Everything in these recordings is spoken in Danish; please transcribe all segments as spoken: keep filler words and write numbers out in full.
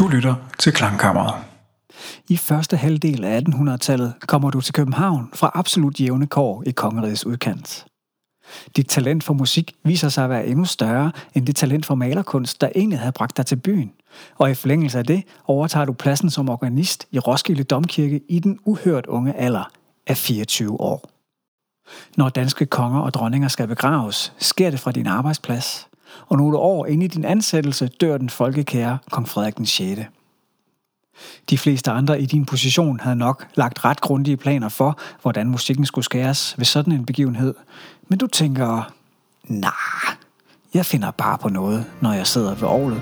Du lytter til Klangkammeret. I første halvdel af attenhundredetallet kommer du til København fra absolut jævne kår i kongerigets udkant. Dit talent for musik viser sig at være endnu større end det talent for malerkunst, der egentlig havde bragt dig til byen. Og i forlængelse af det overtager du pladsen som organist i Roskilde Domkirke i den uhørt unge alder af fireogtyve år. Når danske konger og dronninger skal begraves, sker det fra din arbejdsplads. Og nogle år inde i din ansættelse dør den folkekære kong Frederik den sjette. De fleste andre i din position havde nok lagt ret grundige planer for, hvordan musikken skulle skæres ved sådan en begivenhed. Men du tænker, nej, jeg finder bare på noget, når jeg sidder ved orglet.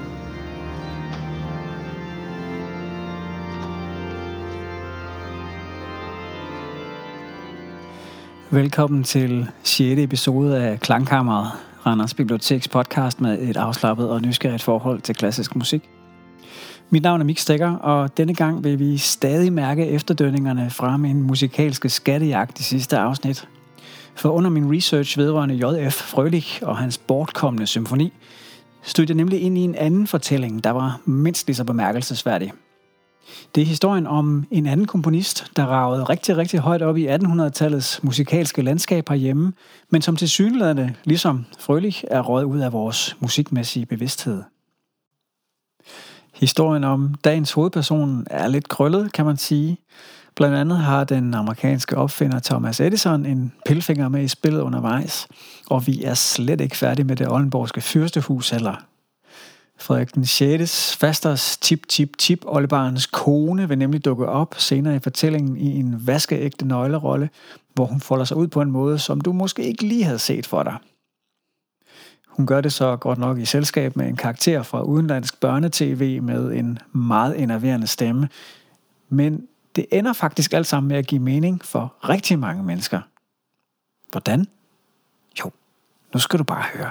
Velkommen til sjette episode af Klangkammeret, Randers Biblioteks podcast med et afslappet og nysgerrigt forhold til klassisk musik. Mit navn er Mik Stegger, og denne gang vil vi stadig mærke efterdønningerne fra min musikalske skattejagt i sidste afsnit. For under min research vedrørende J F Frølich og hans bortkomne symfoni, stødte jeg nemlig ind i en anden fortælling, der var mindst lige så bemærkelsesværdig. Det er historien om en anden komponist, der ragede rigtig, rigtig højt op i attenhundredetallets musikalske landskab herhjemme, men som tilsyneladende, ligesom Frølich, er røget ud af vores musikmæssige bevidsthed. Historien om dagens hovedperson er lidt krøllet, kan man sige. Blandt andet har den amerikanske opfinder Thomas Edison en pilfinger med i spillet undervejs, og vi er slet ikke færdige med det oldenborgske fyrstehus heller. Frederik den sjettes fasters tip-tip-tip oldebarns kone vil nemlig dukke op senere i fortællingen i en vaskeægte nøglerolle, hvor hun folder sig ud på en måde, som du måske ikke lige havde set for dig. Hun gør det så godt nok i selskab med en karakter fra udenlandsk børnetv med en meget enerverende stemme. Men det ender faktisk alt sammen med at give mening for rigtig mange mennesker. Hvordan? Jo, nu skal du bare høre.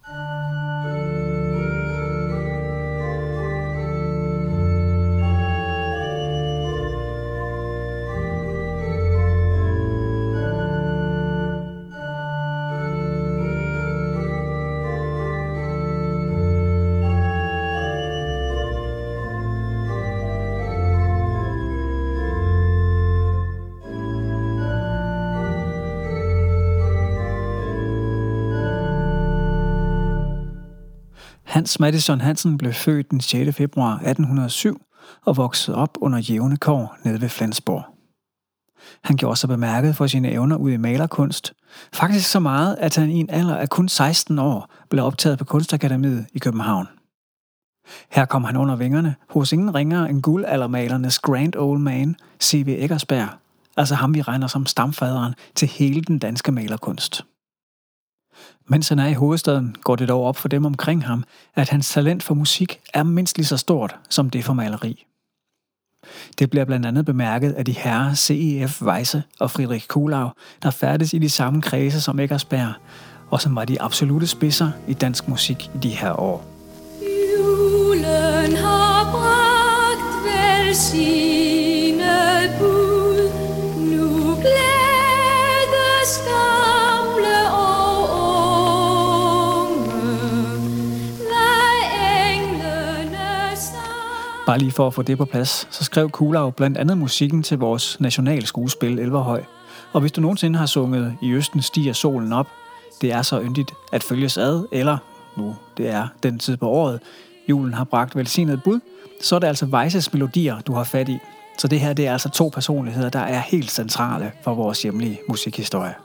Hans Mattisson Hansen blev født den sjette februar atten hundrede og syv og voksede op under jævne kår nede ved Flensborg. Han gjorde sig bemærket for sine evner ud i malerkunst. Faktisk så meget, at han i en alder af kun seksten år blev optaget på Kunstakademiet i København. Her kom han under vingerne hos ingen ringere end guldaldermalernes grand old man, C V Eckersberg, altså ham vi regner som stamfaderen til hele den danske malerkunst. Mens han er i hovedstaden, går det dog op for dem omkring ham, at hans talent for musik er mindst lige så stort som det for maleri. Det bliver blandt andet bemærket af de herrer C E F Weisse og Friedrich Kuhlau, der færdes i de samme kredse som Eckersberg, og som var de absolute spidser i dansk musik i de her år. Julen har bragt velsignet bud, nu glædes gamle og unge, hvad englene sang. Bare lige for at få det på plads, så skrev Kuhlau blandt andet musikken til vores nationalskuespil Elverhøj. Og hvis du nogensinde har sunget I Østen stiger solen op, det er så yndigt at følges ad, eller nu det er den tid på året, julen har bragt velsignet bud, så er det altså Weisses melodier, du har fat i. Så det her, det er altså to personligheder, der er helt centrale for vores hjemlige musikhistorie.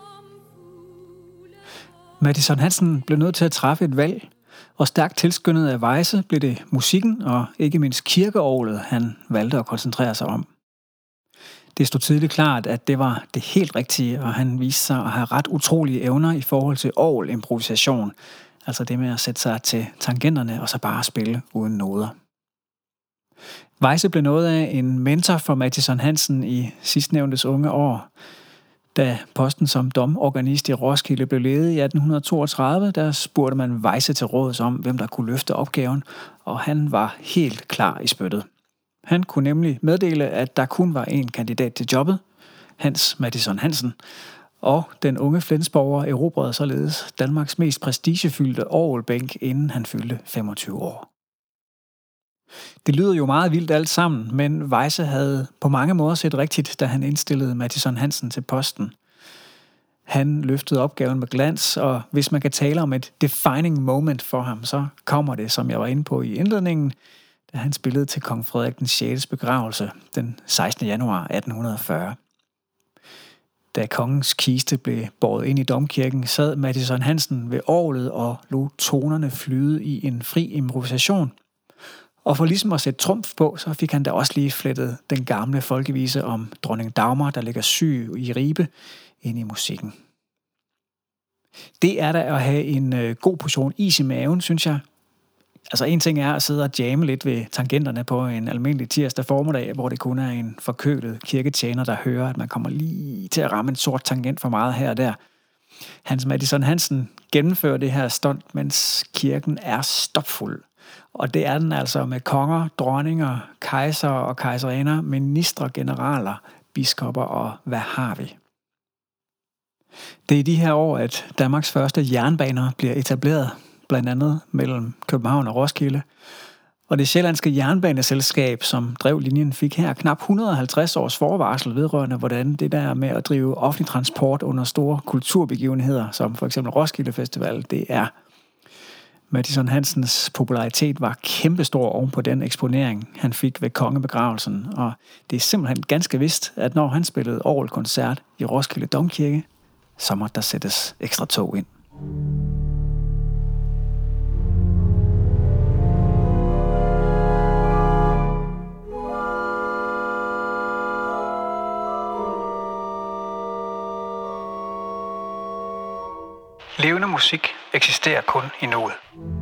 Mattisson Hansen blev nødt til at træffe et valg, og stærkt tilskyndet af Weisse blev det musikken og ikke mindst kirkeorglet, han valgte at koncentrere sig om. Det stod tidligt klart, at det var det helt rigtige, og han viste sig at have ret utrolige evner i forhold til orgelimprovisation, altså det med at sætte sig til tangenterne og så bare spille uden noder. Weisse blev noget af en mentor for Mattisson Hansen i sidstnævntes unge år. Da posten som domorganist i Roskilde blev ledet i atten toogtredive, der spurgte man Weisse til råds om, hvem der kunne løfte opgaven, og han var helt klar i spyttet. Han kunne nemlig meddele, at der kun var én kandidat til jobbet, Hans Mattisson Hansen, og den unge flensborger erobrede således Danmarks mest prestigefyldte orgelbænk, inden han fyldte femogtyve år. Det lyder jo meget vildt alt sammen, men Weyse havde på mange måder set rigtigt, da han indstillede Mattisson Hansen til posten. Han løftede opgaven med glans, og hvis man kan tale om et defining moment for ham, så kommer det, som jeg var inde på i indledningen, da han spillede til kong Frederik den sjette begravelse den sekstende januar atten fyrre. Da kongens kiste blev båret ind i domkirken, sad Mattisson Hansen ved orglet og lod tonerne flyde i en fri improvisation. Og for ligesom at sætte trumf på, så fik han da også lige flettet den gamle folkevise om dronning Dagmar, der ligger syg i Ribe, ind i musikken. Det er da at have en øh, god portion is i maven, synes jeg. Altså en ting er at sidde og jamme lidt ved tangenterne på en almindelig tirsdag formiddag, hvor det kun er en forkølet kirketjener, der hører, at man kommer lige til at ramme en sort tangent for meget her og der. Hans Mattisson Hansen gennemfører det her stunt, mens kirken er stopfuld. Og det er den altså med konger, dronninger, kejser og kejserinder, ministre, generaler, biskopper og hvad har vi. Det er i de her år, at Danmarks første jernbaner bliver etableret, blandt andet mellem København og Roskilde. Og det sjællandske jernbaneselskab, som drev linjen, fik her knap et hundrede og halvtreds års forvarsel vedrørende, hvordan det der med at drive offentlig transport under store kulturbegivenheder, som for eksempel Roskilde Festival, det er. Mattisson Hansens popularitet var kæmpestor oven på den eksponering, han fik ved kongebegravelsen, og det er simpelthen ganske vist, at når han spillede orgelkoncert i Roskilde Domkirke, så måtte der sættes ekstra tog ind. Levende musik eksisterer kun i nuet.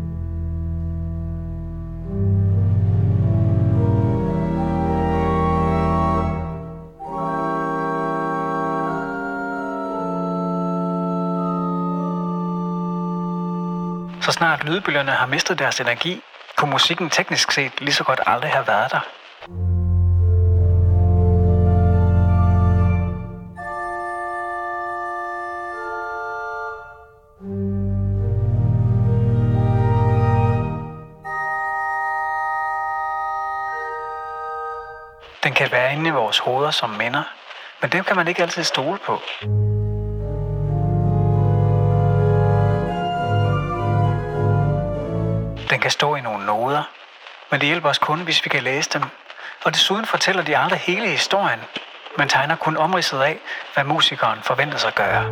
Så snart lydbølgerne har mistet deres energi, kunne musikken teknisk set lige så godt aldrig have været der. Den kan være inde i vores hoveder som minder, men dem kan man ikke altid stole på. Den kan stå i nogle noder, men det hjælper os kun, hvis vi kan læse dem. Og desuden fortæller de aldrig hele historien, men tegner kun omridset af, hvad musikeren forventer sig at gøre.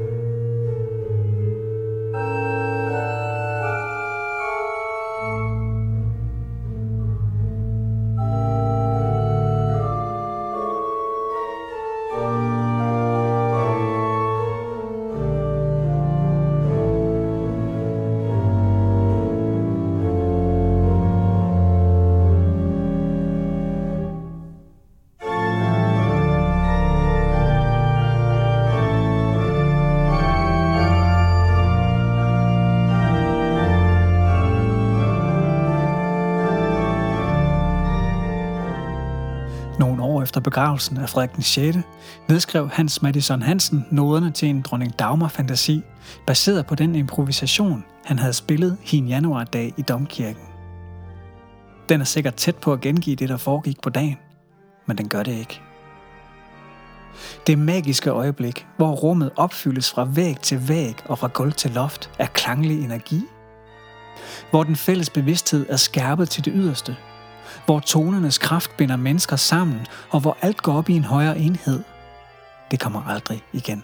Nogle år efter begravelsen af Frederik den sjette nedskrev Hans Mattisson Hansen noderne til en dronning Dagmar-fantasi, baseret på den improvisation, han havde spillet hin januardag i domkirken. Den er sikkert tæt på at gengive det, der foregik på dagen, men den gør det ikke. Det magiske øjeblik, hvor rummet opfyldes fra væg til væg og fra gulv til loft, er klanglig energi. Hvor den fælles bevidsthed er skærpet til det yderste. Hvor tonernes kraft binder mennesker sammen, og hvor alt går op i en højere enhed. Det kommer aldrig igen.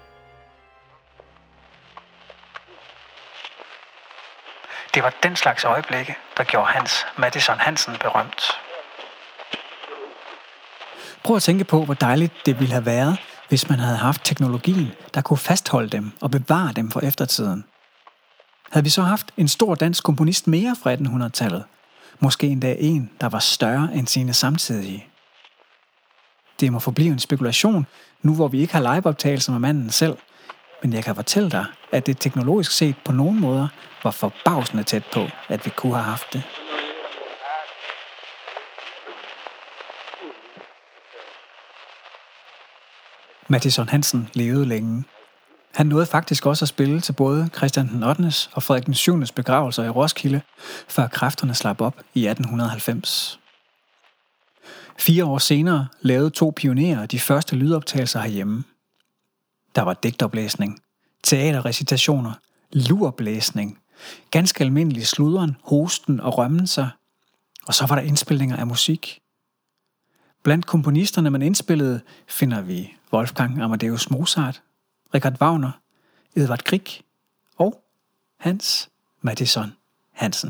Det var den slags øjeblikke, der gjorde Hans Mattisson Hansen berømt. Prøv at tænke på, hvor dejligt det ville have været, hvis man havde haft teknologien, der kunne fastholde dem og bevare dem for eftertiden. Havde vi så haft en stor dansk komponist mere fra attenhundredetallet? Måske endda en, der var større end sine samtidige. Det må forblive en spekulation, nu hvor vi ikke har liveoptagelser med manden selv, men jeg kan fortælle dig, at det teknologisk set på nogle måder var forbavsende tæt på, at vi kunne have haft det. Mattisson Hansen levede længe. Han nåede faktisk også at spille til både Christian den ottende og Frederik den syvende begravelser i Roskilde, før kræfterne slap op i atten halvfems. Fire år senere lavede to pionerer de første lydoptagelser herhjemme. Der var digtoplæsning, teaterrecitationer, lurblæsning, ganske almindelig sludren, hosten og rømmelser, og så var der indspilninger af musik. Blandt komponisterne, man indspillede, finder vi Wolfgang Amadeus Mozart, Richard Wagner, Edvard Grieg og Hans Mattisson Hansen.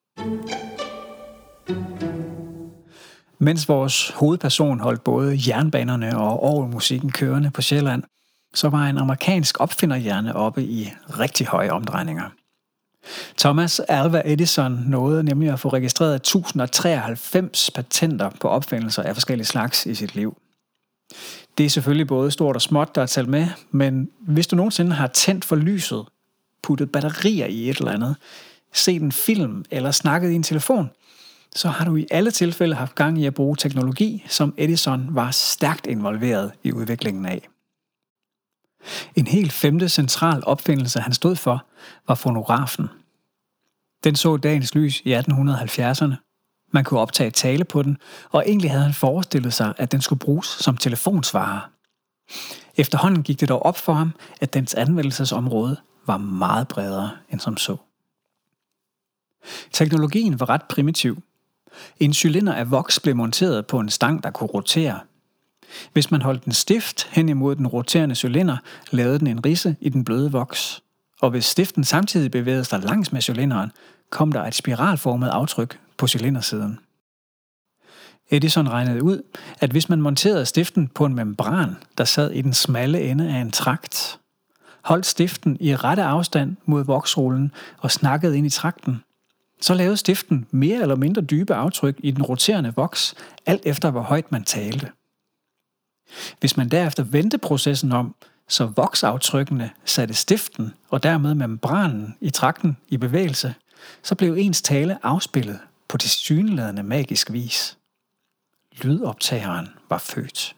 Mens vores hovedperson holdt både jernbanerne og orgelmusikken kørende på Sjælland, så var en amerikansk opfinderhjerne oppe i rigtig høje omdrejninger. Thomas Alva Edison nåede nemlig at få registreret tusind treoghalvfems patenter på opfindelser af forskellige slags i sit liv. Det er selvfølgelig både stort og småt, der er talt med, men hvis du nogensinde har tændt for lyset, puttet batterier i et eller andet, set en film eller snakket i en telefon, så har du i alle tilfælde haft gang i at bruge teknologi, som Edison var stærkt involveret i udviklingen af. En helt femte central opfindelse, han stod for, var fonografen. Den så dagens lys i atten halvfjerdserne. Man kunne optage tale på den, og egentlig havde han forestillet sig, at den skulle bruges som telefonsvarer. Efterhånden gik det dog op for ham, at dens anvendelsesområde var meget bredere end som så. Teknologien var ret primitiv. En cylinder af voks blev monteret på en stang, der kunne rotere. Hvis man holdt den stift hen imod den roterende cylinder, lavede den en ridse i den bløde voks. Og hvis stiften samtidig bevægede sig langs med cylinderen, kom der et spiralformet aftryk på cylindersiden. Edison regnede ud, at hvis man monterede stiften på en membran, der sad i den smalle ende af en trakt, holdt stiften i rette afstand mod voksrullen og snakkede ind i trakten, så lavede stiften mere eller mindre dybe aftryk i den roterende voks, alt efter hvor højt man talte. Hvis man derefter vendte processen om, så voksaftrykkene satte stiften og dermed membranen i trakten i bevægelse, så blev ens tale afspillet på tilsyneladende magisk vis. Lydoptageren var født.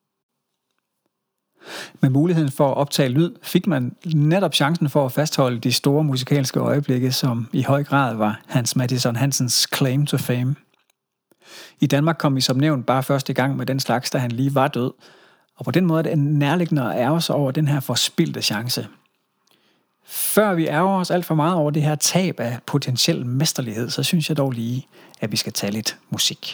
Med muligheden for at optage lyd fik man netop chancen for at fastholde de store musikalske øjeblikke, som i høj grad var Hans Mattisson Hansens claim to fame. I Danmark kom vi som nævnt bare først i gang med den slags, da han lige var død, og på den måde er det nærliggende at ærge sig over den her forspildte chance. Før vi ærger os alt for meget over det her tab af potentiel mesterlighed, så synes jeg dog lige, at vi skal tage lidt musik.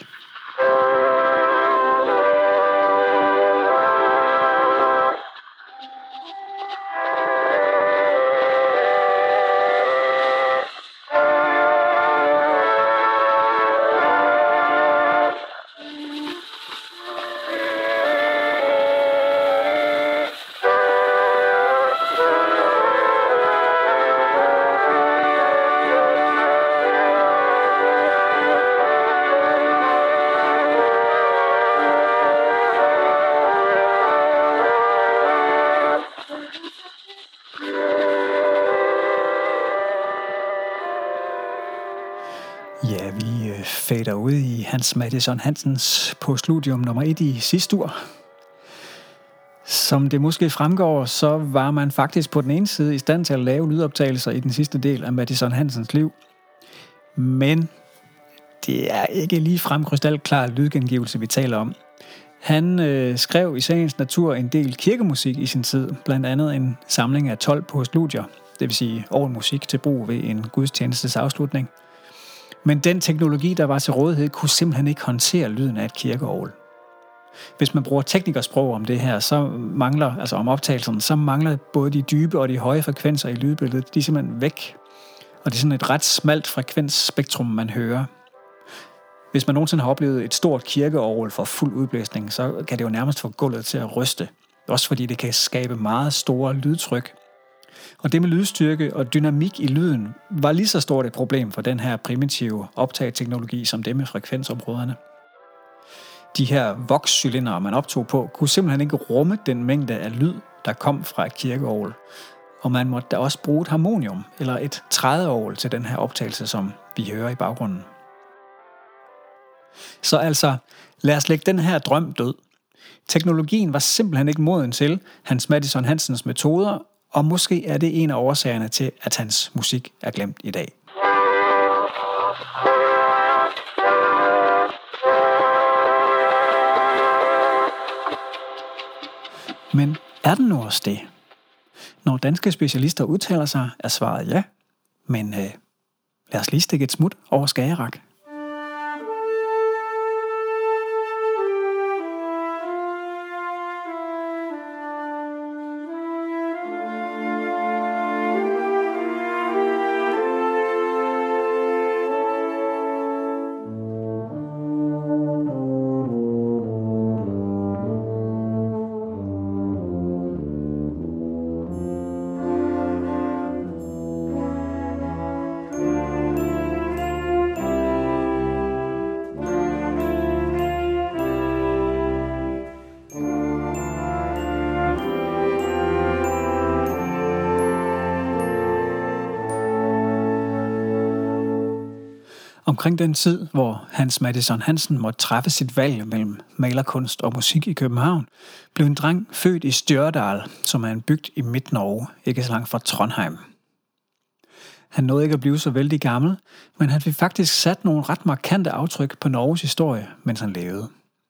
Ja, vi fader ud i Hans Mattisson Hansens postludium nummer et i sidste uge. Som det måske fremgår, så var man faktisk på den ene side i stand til at lave lydoptagelser i den sidste del af Mattisson Hansens liv. Men det er ikke ligefrem krystalklar lydgengivelse, vi taler om. Han øh, skrev i sagens natur en del kirkemusik i sin tid, blandt andet en samling af tolv postludier, det vil sige orgelmusik til brug ved en gudstjenestes afslutning. Men den teknologi, der var til rådighed, kunne simpelthen ikke håndtere lyden af et kirkeorgel. Hvis man bruger teknikersprog om det her, så mangler, altså om optagelserne, så mangler både de dybe og de høje frekvenser i lydbilledet, de er simpelthen væk. Og det er sådan et ret smalt frekvensspektrum, man hører. Hvis man nogensinde har oplevet et stort kirkeorgel for fuld udblæsning, så kan det jo nærmest få gulvet til at ryste. Også fordi det kan skabe meget store lydtryk. Og det med lydstyrke og dynamik i lyden var lige så stort et problem for den her primitive optageteknologi som det med frekvensområderne. De her vokscylindere, man optog på, kunne simpelthen ikke rumme den mængde af lyd, der kom fra et kirkeorgel. Og man måtte da også bruge et harmonium eller et trædeorgel til den her optagelse, som vi hører i baggrunden. Så altså, lad os lægge den her drøm død. Teknologien var simpelthen ikke moden til Hans Mattisson Hansens metoder, Og måske er det en af årsagerne til, at hans musik er glemt i dag. Men er den nu også det? Når danske specialister udtaler sig, er svaret ja. Men øh, lad os lige stikke et smut over Skagerrak. Omkring den tid, hvor Hans Mattisson Hansen måtte træffe sit valg mellem malerkunst og musik i København, blev en dreng født i Stjørdal, som er en bygd i Midt-Norge, ikke så langt fra Trondheim. Han nåede ikke at blive så vældig gammel, men han fik faktisk sat nogle ret markante aftryk på Norges historie, mens han levede.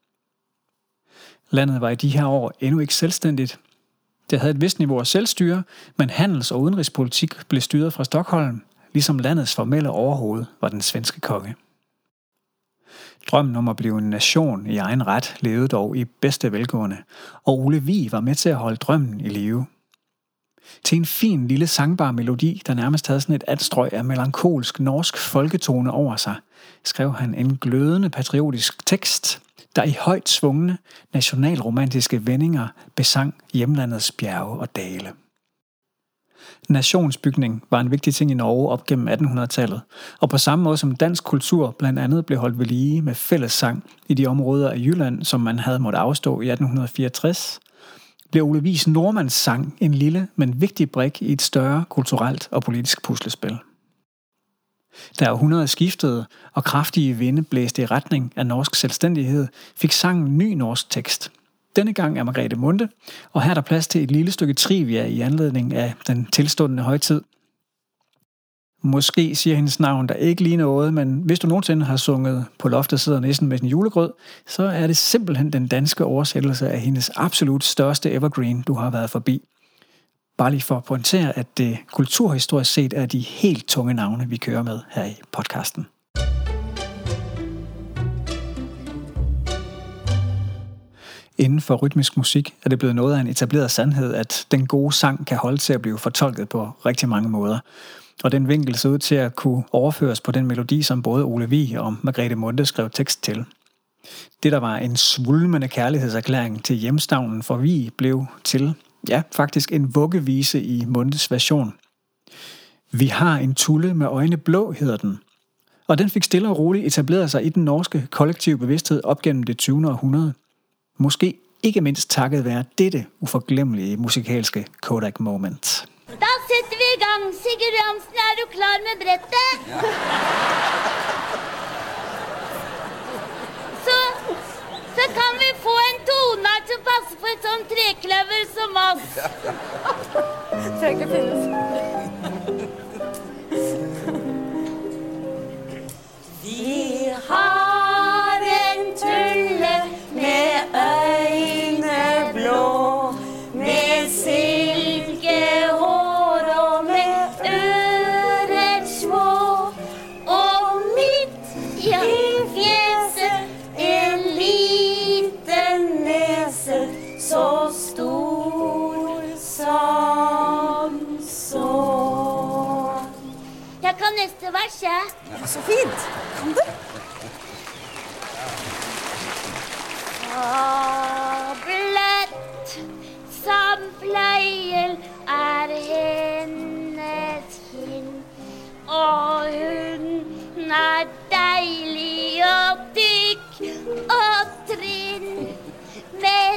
Landet var i de her år endnu ikke selvstændigt. Det havde et vist niveau af selvstyre, men handels- og udenrigspolitik blev styret fra Stockholm, ligesom landets formelle overhoved var den svenske konge. Drømmen om at blive en nation i egen ret levede dog i bedste velgående, og Ole Vig var med til at holde drømmen i live. Til en fin lille sangbar melodi, der nærmest havde sådan et anstrøg af melankolsk norsk folketone over sig, skrev han en glødende patriotisk tekst, der i højt svungne nationalromantiske vendinger besang hjemlandets bjerge og dale. Nationsbygning var en vigtig ting i Norge op gennem attenhundredetallet, og på samme måde som dansk kultur blandt andet blev holdt ved lige med fællessang i de områder af Jylland, som man havde måttet afstå i atten fireogtres, blev Ole Vigs nordmandssang en lille, men vigtig brik i et større kulturelt og politisk puslespil. Da århundredet skiftede, og kraftige vinde blæste i retning af norsk selvstændighed, fik sangen ny norsk tekst. Denne gang er Margrethe Munthe, og her er der plads til et lille stykke trivia i anledning af den tilstundende højtid. Måske siger hendes navn der ikke lige noget, men hvis du nogensinde har sunget På loftet sidder nissen med sin julegrød, så er det simpelthen den danske oversættelse af hendes absolut største evergreen, du har været forbi. Bare lige for at pointere, at det kulturhistorisk set er de helt tunge navne, vi kører med her i podcasten. Inden for rytmisk musik er det blevet noget af en etableret sandhed, at den gode sang kan holde til at blive fortolket på rigtig mange måder. Og den vinkel ser ud til at kunne overføres på den melodi, som både Ole Vig og Margrethe Munthe skrev tekst til. Det, der var en svulmende kærlighedserklæring til hjemstavnen for Vig, blev til, ja, faktisk en vuggevise i Munthes version. Vi har en tulle med øjne blå, hedder den. Og den fik stille og roligt etableret sig i den norske kollektive bevidsthed op gennem det tyvende århundrede. Måske ikke mindst takket være dette uforglemmelige musikalske Kodak moment. Da setter vi i gang. Sigurd Jansen, er du klar med brettet? Ja. Så, så kan vi få en toner som passer for et sånt trekløver som oss. Tror ikke det finnes. Vi har en tulle med øjne blå, med silkehår og med ører små, og midt i fjeset en liten næse, så stor som så. Jeg kan næste vers, ja. Så fint. Kan du? Bløtt som fløyel er hennes kinn, og hun er deilig og tykk og trinn med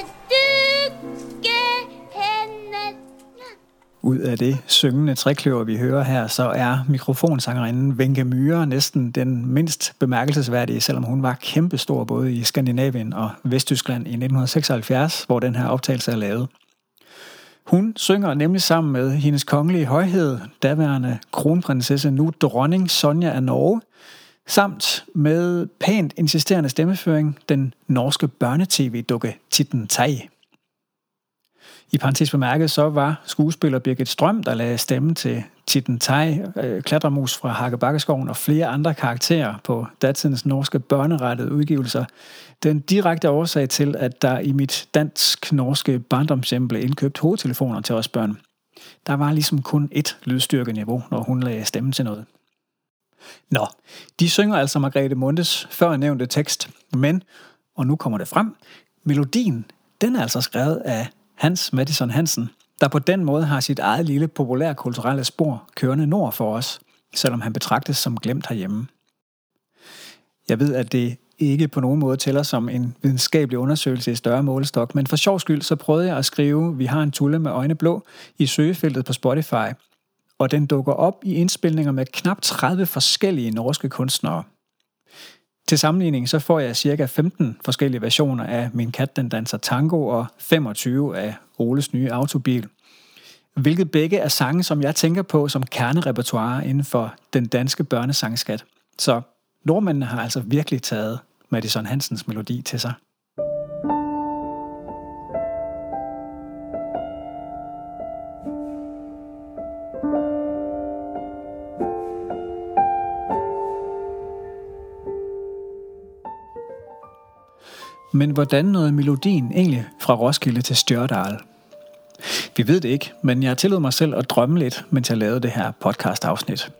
dukkehender. Ud af det syngende trekløver, vi hører her, så er mikrofonsangerinden Wenche Myhre næsten den mindst bemærkelsesværdige, selvom hun var kæmpestor både i Skandinavien og Vesttyskland i nitten seksoghalvfjerds, hvor den her optagelse er lavet. Hun synger nemlig sammen med hendes kongelige højhed, daværende kronprinsesse, nu dronning Sonja af Norge, samt med pænt insisterende stemmeføring den norske børnetv-dukke Titten Tej. I parentes bemærket, så var skuespiller Birgit Strøm, der lagde stemme til Titten Tej, øh, Klatremus fra Hakkebakkeskoven og flere andre karakterer på datidens norske børnerettede udgivelser, den direkte årsag til, at der i mit dansk-norske barndomshjem blev indkøbt hovedtelefoner til os børn. Der var ligesom kun ét lydstyrkeniveau, når hun lagde stemme til noget. Nå, de synger altså Margrethe Mundes før nævnte tekst, men, og nu kommer det frem, melodien, den er altså skrevet af Hans Mattisson Hansen, der på den måde har sit eget lille populærkulturelle spor kørende nord for os, selvom han betragtes som glemt herhjemme. Jeg ved, at det ikke på nogen måde tæller som en videnskabelig undersøgelse i større målestok, men for sjov skyld så prøvede jeg at skrive "Vi har en tulle med øjne blå" i søgefeltet på Spotify, og den dukker op i indspilninger med knap tredive forskellige norske kunstnere. Til sammenligning så får jeg cirka femten forskellige versioner af Min kat den danser tango og femogtyve af Oles nye autobil, hvilket begge er sange, som jeg tænker på som kernerepertoire inden for den danske børnesangskat. Så nordmændene har altså virkelig taget Mattisson Hansens melodi til sig. Men hvordan nåede melodien egentlig fra Roskilde til Stjørdal? Vi ved det ikke, men jeg tillod mig selv at drømme lidt, mens jeg lavede det her podcast-afsnit.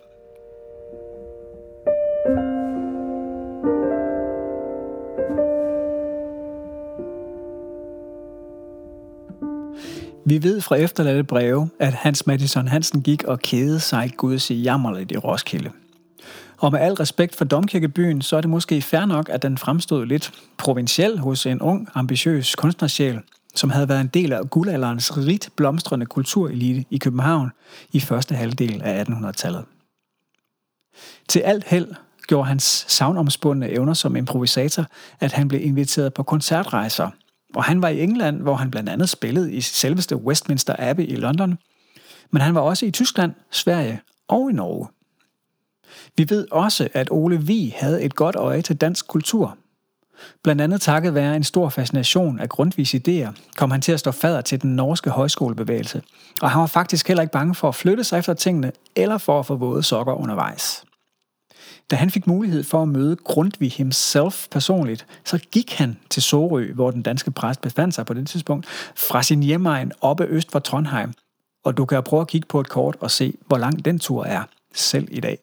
Vi ved fra efterladte breve, at Hans Mattisson Hansen gik og kædede sig guds i jammerligt i Roskilde. Og med al respekt for domkirkebyen, så er det måske fair nok, at den fremstod lidt provinciel hos en ung, ambitiøs kunstnersjæl, som havde været en del af guldalderens rigt blomstrende kulturelite i København i første halvdel af attenhundredetallet. Til alt held gjorde hans sagnomspundne evner som improvisator, at han blev inviteret på koncertrejser, og han var i England, hvor han blandt andet spillede i selveste Westminster Abbey i London, men han var også i Tyskland, Sverige og i Norge. Vi ved også, at Ole Vig havde et godt øje til dansk kultur. Blandt andet takket være en stor fascination af Grundtvigs idéer, kom han til at stå fadder til den norske højskolebevægelse, og han var faktisk heller ikke bange for at flytte sig efter tingene eller for at få våde sokker undervejs. Da han fik mulighed for at møde Grundtvig himself personligt, så gik han til Sorø, hvor den danske præst befandt sig på det tidspunkt, fra sin hjemegn oppe øst for Trondheim, og du kan prøve at kigge på et kort og se, hvor lang den tur er, selv i dag.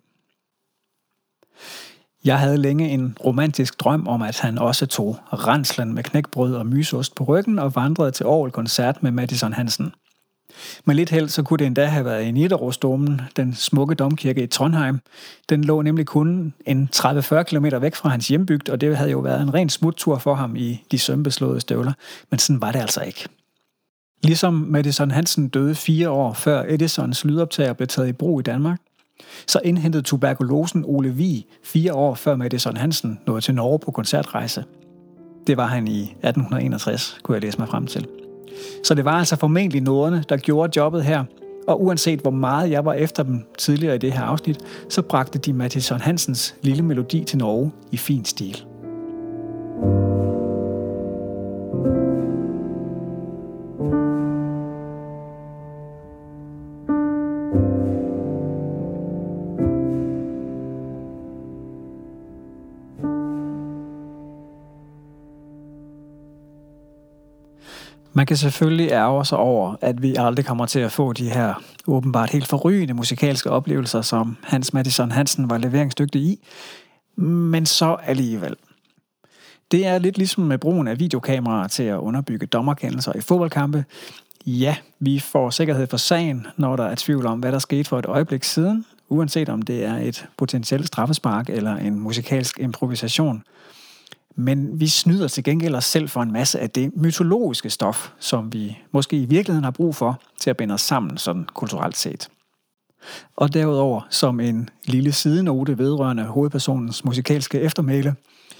Jeg havde længe en romantisk drøm om, at han også tog ranslen med knækbrød og mysost på ryggen og vandrede til orgelkoncert med Mattisson Hansen. Med lidt held, så kunne det endda have været i Nidarosdomen, den smukke domkirke i Trondheim. Den lå nemlig kun en tredive til fyrre kilometer væk fra hans hjembygd, og det havde jo været en ren smuttur for ham i de sømbeslåede støvler. Men sådan var det altså ikke. Ligesom Mattisson Hansen døde fire år før Edisons lydoptager blev taget i brug i Danmark, så indhentede tuberkulosen Ole Vig fire år før Mattisson Hansen nåede til Norge på koncertrejse. Det var han i atten enogtres, kunne jeg læse mig frem til. Så det var altså formentlig norderne, der gjorde jobbet her, og uanset hvor meget jeg var efter dem tidligere i det her afsnit, så bragte de Mattisson Hansens lille melodi til Norge i fin stil. Man kan selvfølgelig ærge sig over, at vi aldrig kommer til at få de her åbenbart helt forrygende musikalske oplevelser, som Hans Mattisson Hansen var leveringsdygtig i, men så alligevel. Det er lidt ligesom med brugen af videokameraer til at underbygge dommerkendelser i fodboldkampe. Ja, vi får sikkerhed for sagen, når der er tvivl om, hvad der skete for et øjeblik siden, uanset om det er et potentielt straffespark eller en musikalsk improvisation. Men vi snyder til gengæld os selv for en masse af det mytologiske stof, som vi måske i virkeligheden har brug for til at binde os sammen sådan kulturelt set. Og derudover, som en lille sidenote vedrørende hovedpersonens musikalske eftermæle,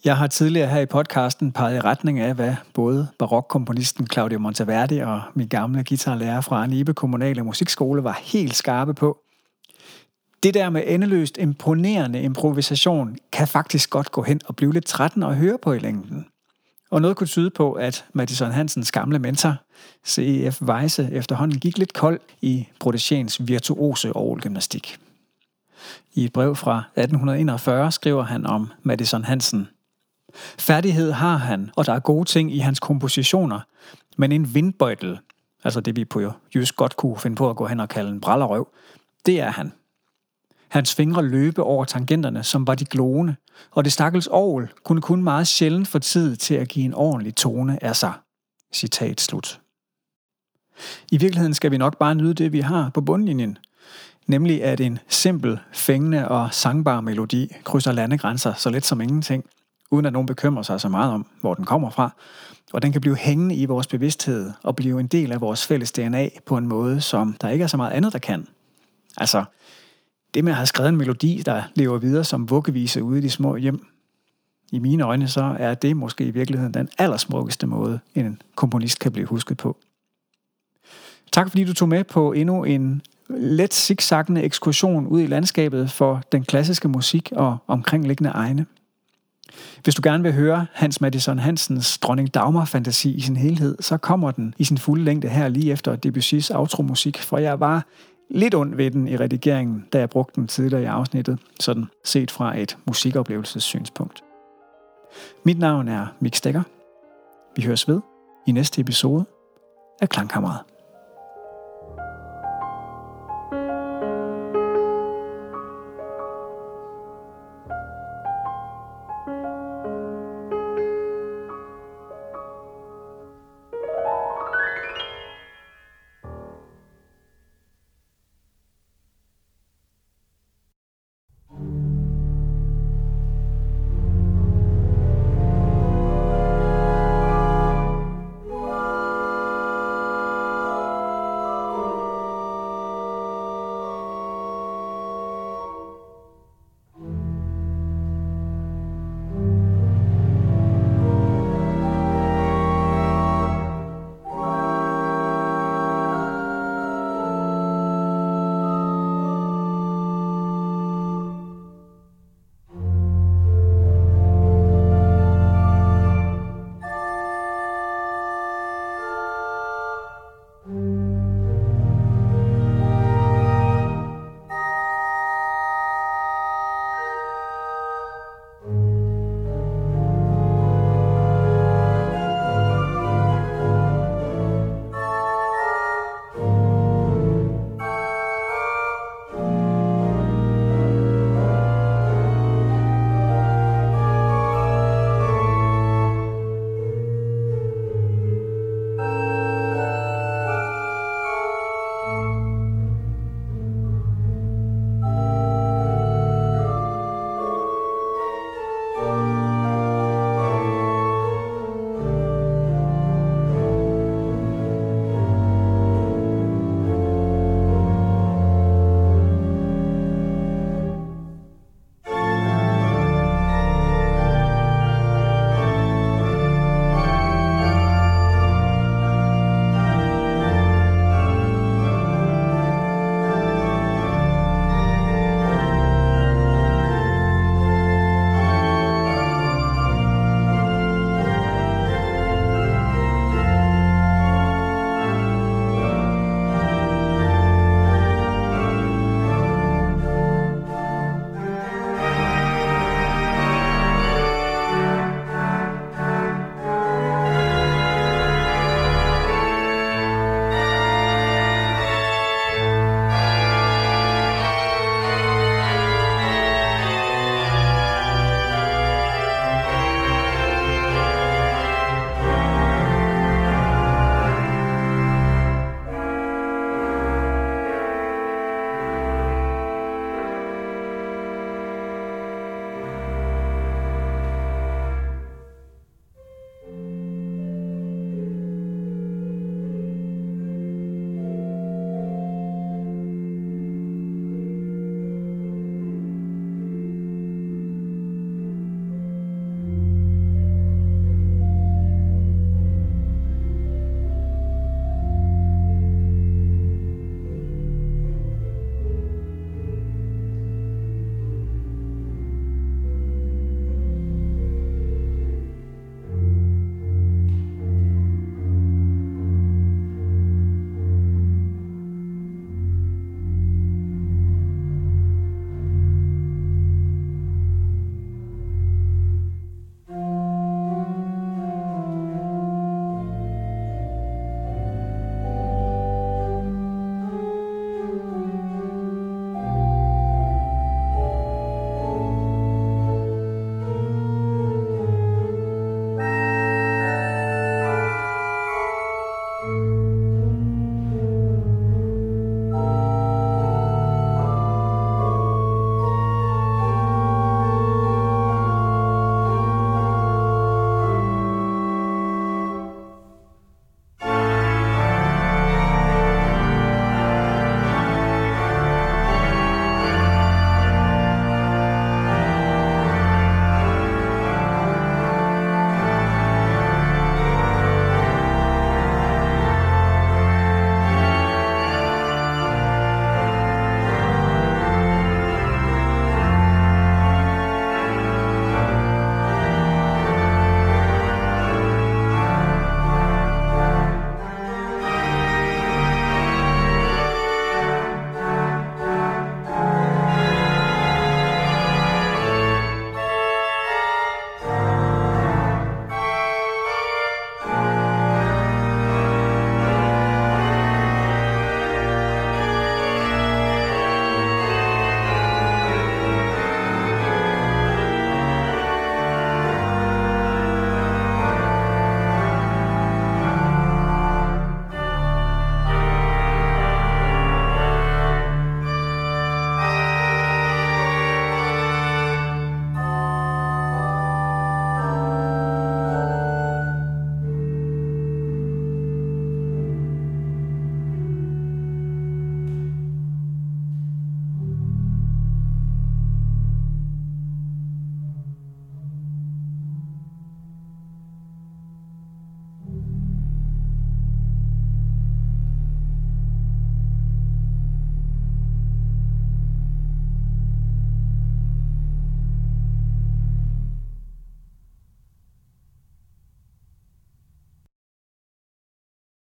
Jeg har tidligere her i podcasten peget i retning af, hvad både barokkomponisten Claudio Monteverdi og min gamle guitarlærer fra Nibe Kommunale Musikskole var helt skarpe på. Det der med endeløst imponerende improvisation kan faktisk godt gå hen og blive lidt trættende at høre på i længden. Og noget kunne tyde på, at Madison Hansens gamle mentor, C E F Weisse, efterhånden gik lidt kold i protégéens virtuose orgelgymnastik. I et brev fra atten enogfyrre skriver han om Madison Hansen: færdighed har han, og der er gode ting i hans kompositioner, men en vindbøjtel, altså det vi på jysk godt kunne finde på at gå hen og kalde en brallerøv, det er han. Hans fingre løbe over tangenterne, som var de glående, og det stakkels orgel kunne kun meget sjældent få tid til at give en ordentlig tone af sig. Citat slut. I virkeligheden skal vi nok bare nyde det, vi har på bundlinjen, nemlig at en simpel, fængende og sangbar melodi krydser landegrænser så let som ingenting, uden at nogen bekymrer sig så meget om, hvor den kommer fra, og den kan blive hængende i vores bevidsthed og blive en del af vores fælles D N A på en måde, som der ikke er så meget andet, der kan. Altså, det med at have skrevet en melodi, der lever videre som vuggevise ude i de små hjem. I mine øjne så er det måske i virkeligheden den allersmukkeste måde, en komponist kan blive husket på. Tak fordi du tog med på endnu en let zigzaggende ekskursion ud i landskabet for den klassiske musik og omkringliggende egne. Hvis du gerne vil høre Hans Madison Hansens Dronning Dagmar-fantasi i sin helhed, så kommer den i sin fulde længde her lige efter Debussys outromusik, for jeg var lidt ond ved den i redigeringen, da jeg brugte den tidligere i afsnittet, sådan set fra et musikoplevelsessynspunkt. Mit navn er Mik Stegger. Vi høres ved i næste episode af Klangkammeret.